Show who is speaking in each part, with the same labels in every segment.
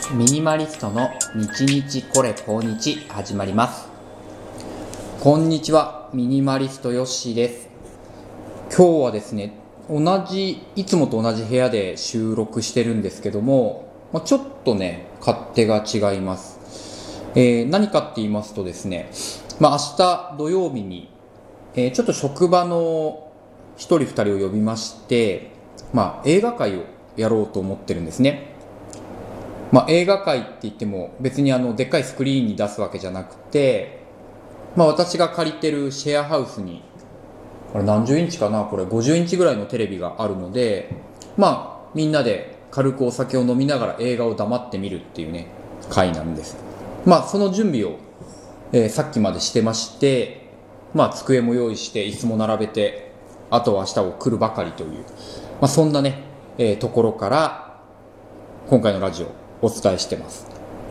Speaker 1: ミニマリストの日日これ今日始まります。こんにちは、ミニマリストヨッシーです。今日はですね、いつもと同じ部屋で収録してるんですけども、ちょっとね勝手が違います。何かって言いますとですね、明日土曜日に、ちょっと職場の1人2人を呼びまして、映画会をやろうと思ってるんですね。映画界って言っても別にでっかいスクリーンに出すわけじゃなくて、私が借りてるシェアハウスに、これ何十インチかな、これ50インチぐらいのテレビがあるので、みんなで軽くお酒を飲みながら映画を黙って見るっていうね会なんです。その準備を、さっきまでしてまして、机も用意して椅子も並べて、あとは明日を来るばかりという、そんなね、ところから今回のラジオお伝えしてます。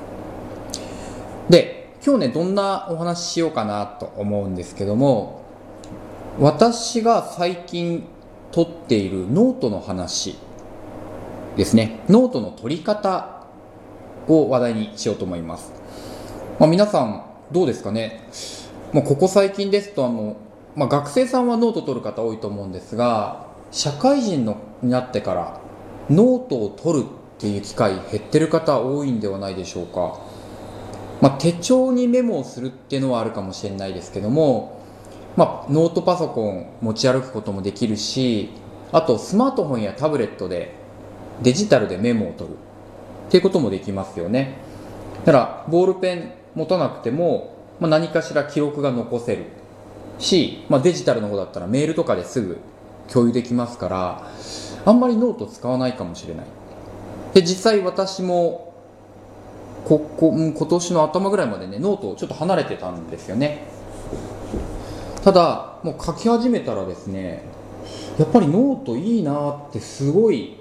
Speaker 1: で、今日ねどんなお話ししようかなと思うんですけども、私が最近取っているノートの話ですね。ノートの取り方を話題にしようと思います。皆さんどうですかね。ここ最近ですと学生さんはノート取る方多いと思うんですが、社会人になってからノートを取るっていう機会減ってる方多いんではないでしょうか。手帳にメモをするっていうのはあるかもしれないですけども、ノートパソコン持ち歩くこともできるし、あとスマートフォンやタブレットでデジタルでメモを取るっていうこともできますよね。だからボールペン持たなくても、何かしら記録が残せるし、デジタルの方だったらメールとかですぐ共有できますから、あんまりノート使わないかもしれない。で、実際私も今年の頭ぐらいまでねノートをちょっと離れてたんですよね。ただもう書き始めたらですね、やっぱりノートいいなってすごい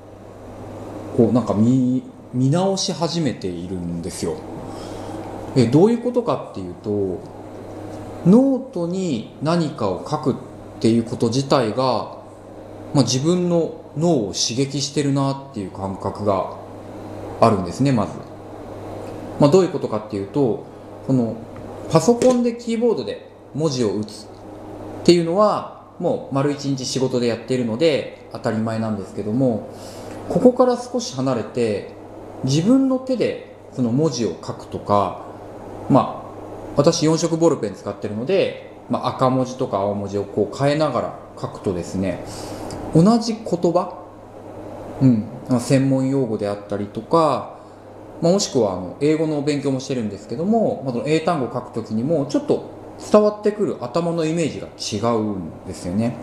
Speaker 1: 見直し始めているんですよ。どういうことかっていうと、ノートに何かを書くっていうこと自体が、自分の脳を刺激してるなっていう感覚があるんですね。まず、どういうことかっていうと、このパソコンでキーボードで文字を打つっていうのはもう丸一日仕事でやっているので当たり前なんですけども、ここから少し離れて自分の手でその文字を書くとか、私4色ボールペン使ってるので、赤文字とか青文字を変えながら書くとですね、同じ言葉、専門用語であったりとか、もしくは英語の勉強もしてるんですけども、その英単語を書くときにもちょっと伝わってくる頭のイメージが違うんですよね。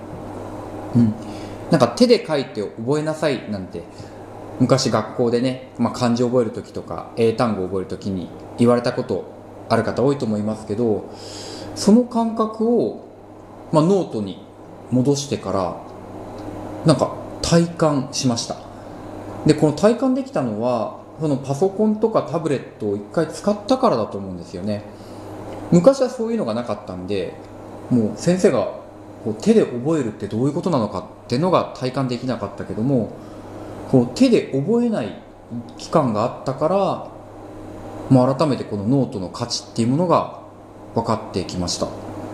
Speaker 1: 手で書いて覚えなさいなんて昔学校でね、漢字を覚えるときとか英単語を覚えるときに言われたことある方多いと思いますけど、その感覚を、ノートに戻してから体感しました。で、この体感できたのはそのパソコンとかタブレットを一回使ったからだと思うんですよね。昔はそういうのがなかったんで、もう先生が手で覚えるってどういうことなのかっていうのが体感できなかったけども、手で覚えない期間があったから、もう改めてこのノートの価値っていうものが分かってきました。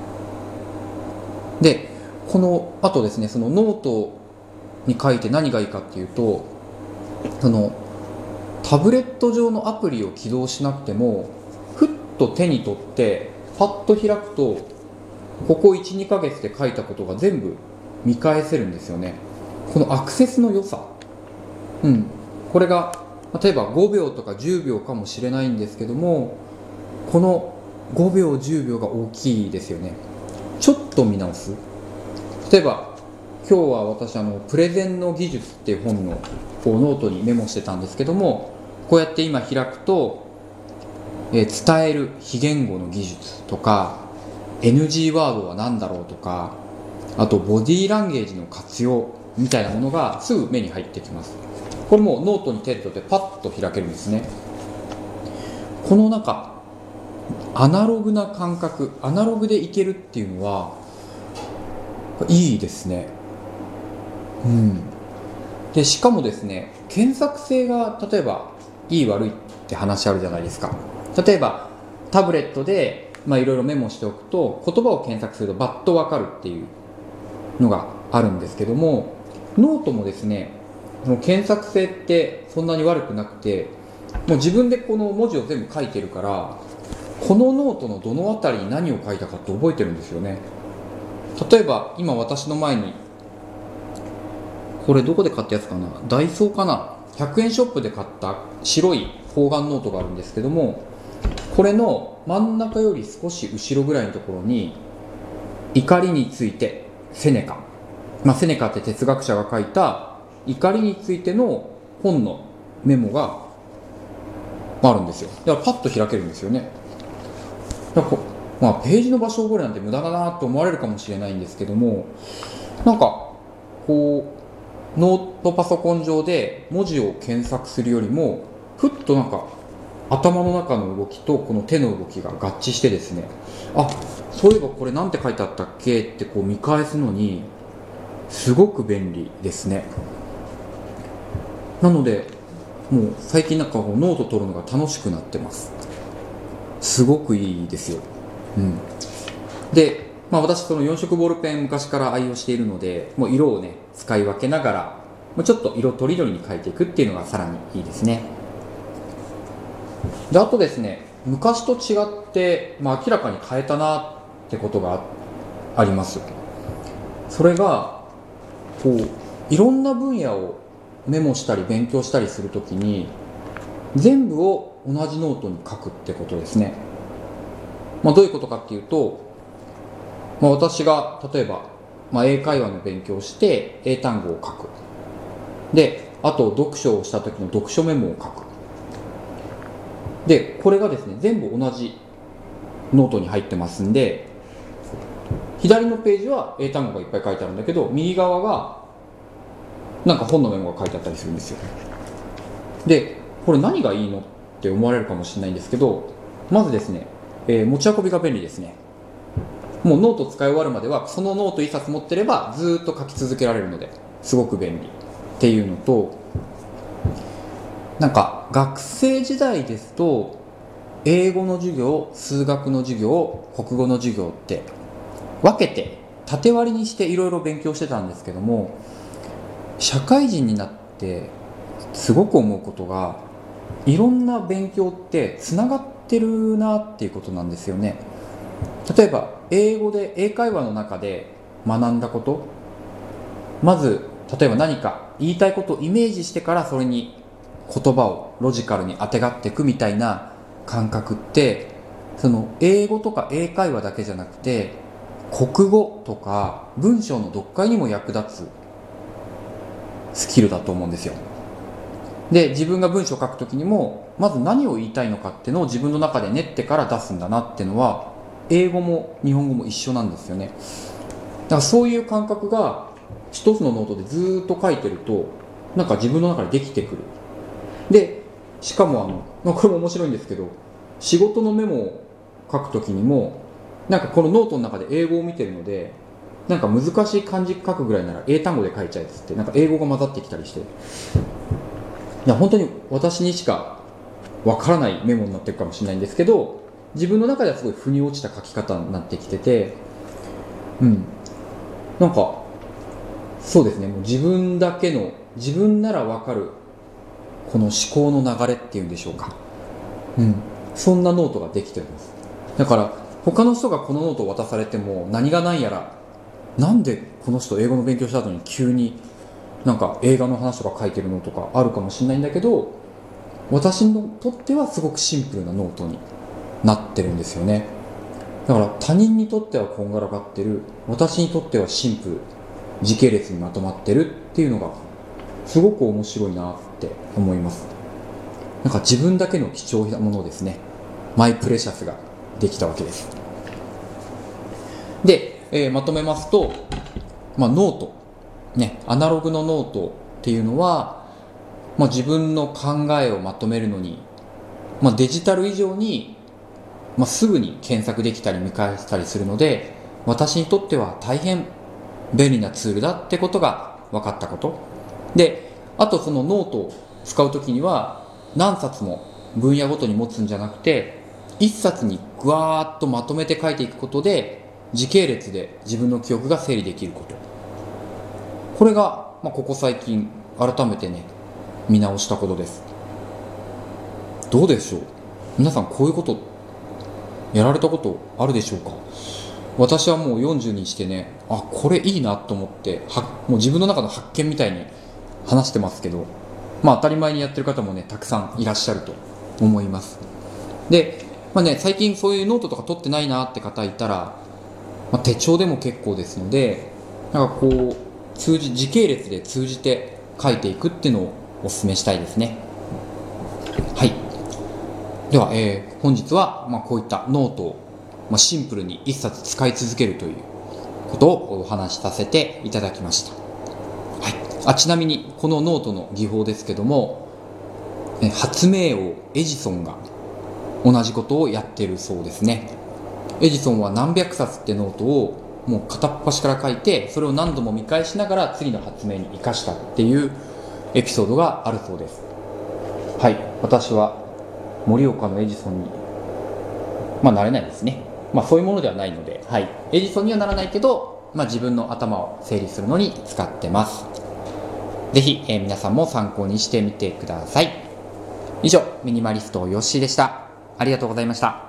Speaker 1: で、このあとですね、そのノートに書いて何がいいかっていうと、そのタブレット上のアプリを起動しなくても、ふっと手に取ってパッと開くと、ここ 1,2 ヶ月で書いたことが全部見返せるんですよね。このアクセスの良さ、これが例えば5秒とか10秒かもしれないんですけども、この5秒10秒が大きいですよね。ちょっと見直す。例えば今日は私プレゼンの技術っていう本のノートにメモしてたんですけども、こうやって今開くと、伝える非言語の技術とか NG ワードは何だろうとか、あとボディーランゲージの活用みたいなものがすぐ目に入ってきます。これもノートに手で取ってパッと開けるんですね。このアナログな感覚、アナログでいけるっていうのはいいですね。でしかもですね、検索性が例えばいい悪いっって話あるじゃないですか。例えばタブレットでいろいろメモしておくと言葉を検索するとバッと分かるっていうのがあるんですけども、ノートもですね、その検索性ってそんなに悪くなくて、もう自分でこの文字を全部書いてるから、このノートのどのあたりに何を書いたかって覚えてるんですよね。例えば今私の前にこれどこで買ったやつかな、ダイソーかな、100円ショップで買った白い方眼ノートがあるんですけども、これの真ん中より少し後ろぐらいのところに怒りについてセネカ、セネカって哲学者が書いた怒りについての本のメモがあるんですよ。だからパッと開けるんですよね。だからページの場所を覚えるなんて無駄だなと思われるかもしれないんですけども、なんかこうノートパソコン上で文字を検索するよりも、ふっとなんか頭の中の動きとこの手の動きが合致してですね、あ、そういえばこれなんて書いてあったっけってこう見返すのにすごく便利ですね。なのでもう最近なんかこうノート取るのが楽しくなってます。すごくいいですよ。で、私その4色ボールペン昔から愛用しているので、もう色をね使い分けながらもうちょっと色とりどりに描いていくっていうのがさらにいいですね。で、あとですね、昔と違って、明らかに変えたなってことがあります。それがこういろんな分野をメモしたり勉強したりするときに全部を同じノートに書くってことですね。どういうことかっていうと、私が例えば、英会話の勉強をして英単語を書く。で、あと読書をした時の読書メモを書く。で、これがですね、全部同じノートに入ってますんで、左のページは英単語がいっぱい書いてあるんだけど、右側がなんか本のメモが書いてあったりするんですよ。で、これ何がいいのって思われるかもしれないんですけど、まずですね、持ち運びが便利ですね。もうノート使い終わるまではそのノート1冊持ってればずっと書き続けられるのですごく便利っていうのと、なんか学生時代ですと英語の授業、数学の授業、国語の授業って分けて縦割りにしていろいろ勉強してたんですけども、社会人になってすごく思うことが、いろんな勉強ってつながってるなっていうことなんですよね。例えば英語で英会話の中で学んだこと、まず例えば何か言いたいことをイメージしてからそれに言葉をロジカルにあてがっていくみたいな感覚って、その英語とか英会話だけじゃなくて国語とか文章の読解にも役立つスキルだと思うんですよ。で、自分が文章を書くときにもまず何を言いたいのかっていうのを自分の中で練ってから出すんだなっていうのは、英語も日本語も一緒なんですよね。だからそういう感覚が一つのノートでずっと書いてるとなんか自分の中でできてくる。で、しかもこれも面白いんですけど、仕事のメモを書くときにもなんかこのノートの中で英語を見てるので、なんか難しい漢字書くぐらいなら英単語で書いちゃえっつって、なんか英語が混ざってきたりして、いや本当に私にしかわからないメモになってるかもしれないんですけど、自分の中ではすごい腑に落ちた書き方になってきてて、なんかそうですね、もう自分だけの、自分ならわかるこの思考の流れっていうんでしょうか、そんなノートができてるんです。だから他の人がこのノートを渡されても何が何やら、なんでこの人英語の勉強した後に急になんか映画の話とか書いてるのとかあるかもしれないんだけど、私にとってはすごくシンプルなノートになってるんですよね。だから他人にとってはこんがらがってる、私にとってはシンプル、時系列にまとまってるっていうのがすごく面白いなって思います。なんか自分だけの貴重なものですね、マイプレシャスができたわけです。で、まとめますと、ノートね、アナログのノートっていうのは、自分の考えをまとめるのに、デジタル以上に、すぐに検索できたり見返したりするので、私にとっては大変便利なツールだってことが分かったことで、あとそのノートを使うときには何冊も分野ごとに持つんじゃなくて、一冊にぐわーっとまとめて書いていくことで、時系列で自分の記憶が整理できること。これが、ここ最近改めてね、見直したことです。どうでしょう？皆さんこういうことやられたことあるでしょうか？私はもう40にしてね、これいいなと思ってもう自分の中の発見みたいに話してますけど、当たり前にやってる方もねたくさんいらっしゃると思います。で、最近そういうノートとか取ってないなって方いたら、手帳でも結構ですので、時系列で通じて書いていくっていうのをお勧めしたいですね。はい。では、本日はこういったノートをシンプルに一冊使い続けるということをお話しさせていただきました。はい。ちなみにこのノートの技法ですけども、発明王エジソンが同じことをやっているそうですね。エジソンは何百冊ってノートをもう片っ端から書いて、それを何度も見返しながら次の発明に生かしたっていうエピソードがあるそうです。はい。私は盛岡のエジソンになれないですね。そういうものではないので、はい。エジソンにはならないけど、自分の頭を整理するのに使ってます。ぜひ、皆さんも参考にしてみてください。以上、ミニマリストヨッシーでした。ありがとうございました。